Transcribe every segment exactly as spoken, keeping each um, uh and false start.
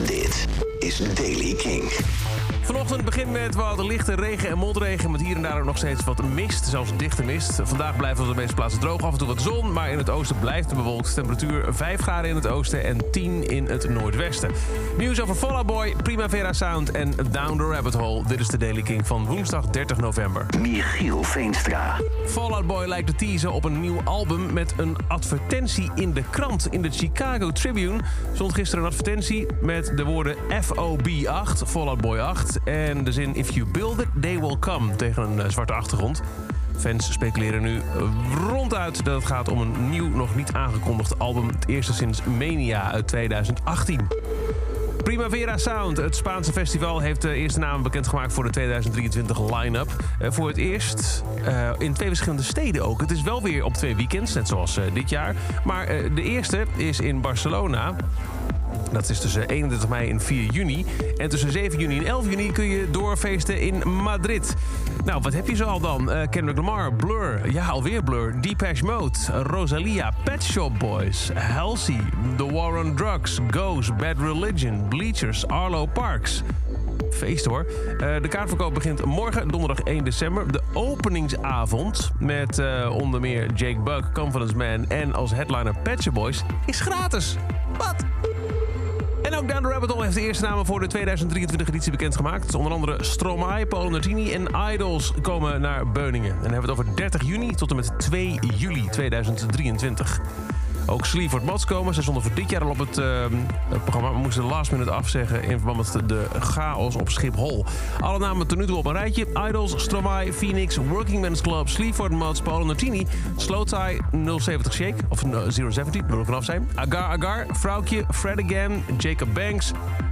Dit is Daily King. Vanochtend begint met wat lichte regen en motregen, met hier en daar ook nog steeds wat mist, zelfs dichte mist. Vandaag blijft het op de meeste plaatsen droog, af en toe wat zon, maar in het oosten blijft het bewolkt. Temperatuur vijf graden in het oosten en tien in het noordwesten. Nieuws over Fall Out Boy, Primavera Sound en Down the Rabbit Hole. Dit is de Daily King van woensdag dertig november. Michiel Veenstra. Fall Out Boy lijkt te teasen op een nieuw album met een advertentie in de krant. In de Chicago Tribune stond gisteren een advertentie met de woorden F O B acht, Fall Out Boy acht... en de zin If you build it, they will come, tegen een uh, zwarte achtergrond. Fans speculeren nu ronduit dat het gaat om een nieuw, nog niet aangekondigd album. Het eerste sinds Mania uit tweeduizend achttien. Primavera Sound, het Spaanse festival, heeft de eerste namen bekendgemaakt voor de tweeduizend drieëntwintig line-up. Uh, voor het eerst uh, in twee verschillende steden ook. Het is wel weer op twee weekends, net zoals uh, dit jaar. Maar uh, de eerste is in Barcelona. Dat is tussen eenentwintig mei en vier juni. En tussen zeven juni en elf juni kun je doorfeesten in Madrid. Nou, wat heb je zo al dan? Uh, Kendrick Lamar, Blur, ja, alweer Blur, Depeche Mode, Rosalia, Pet Shop Boys, Halsey, The War on Drugs, Ghost, Bad Religion, Bleachers, Arlo Parks. Feest hoor. Uh, de kaartverkoop begint morgen, donderdag één december. De openingsavond met uh, onder meer Jake Bugg, Confidence Man en als headliner Pet Shop Boys is gratis. Wat? En ook Down the Rabbit Hole heeft de eerste namen voor de tweeduizend drieëntwintig editie bekendgemaakt. Onder andere Stromae, Paolo Nutini en Idols komen naar Beuningen. En dan hebben we het over dertig juni tot en met twee juli tweeduizend drieëntwintig. Ook Sleaford Mods komen. Ze stonden voor dit jaar al op het, uh, het programma. We moesten de last minute afzeggen in verband met de chaos op Schiphol. Alle namen tot nu toe op een rijtje. Idols, Stromae, Phoenix, Working Men's Club, Sleaford Mods, Paolo Nutini, Slowthai, nul zeventig Shake, of nul zeventig, dat moet ook vanaf zijn. Agar Agar, Vrouwtje, Fred Again, Jacob Banks,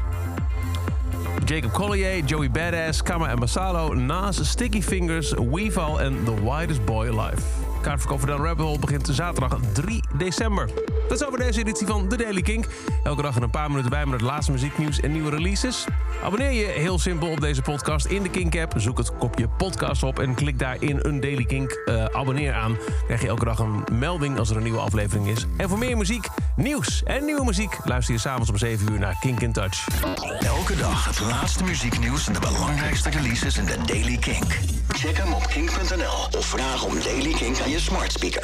Jacob Collier, Joey Badass, Kama en Masalo, Nas, Sticky Fingers, Weeval en The Widest Boy Alive. Kaartverkoop voor Down the Rabbit Hole begint zaterdag drie december. Dat is over deze editie van The Daily King. Elke dag er een paar minuten bij met het laatste muzieknieuws en nieuwe releases. Abonneer je heel simpel op deze podcast in de Kink-app. Zoek het kopje podcast op en klik daar in een Daily Kink uh, abonneer aan. Krijg je elke dag een melding als er een nieuwe aflevering is. En voor meer muziek, nieuws en nieuwe muziek luister je s'avonds om zeven uur naar Kink in Touch. Elke dag het laatste muzieknieuws en de belangrijkste releases in de Daily Kink. Check hem op kink punt n l of vraag om Daily Kink aan je smart speaker.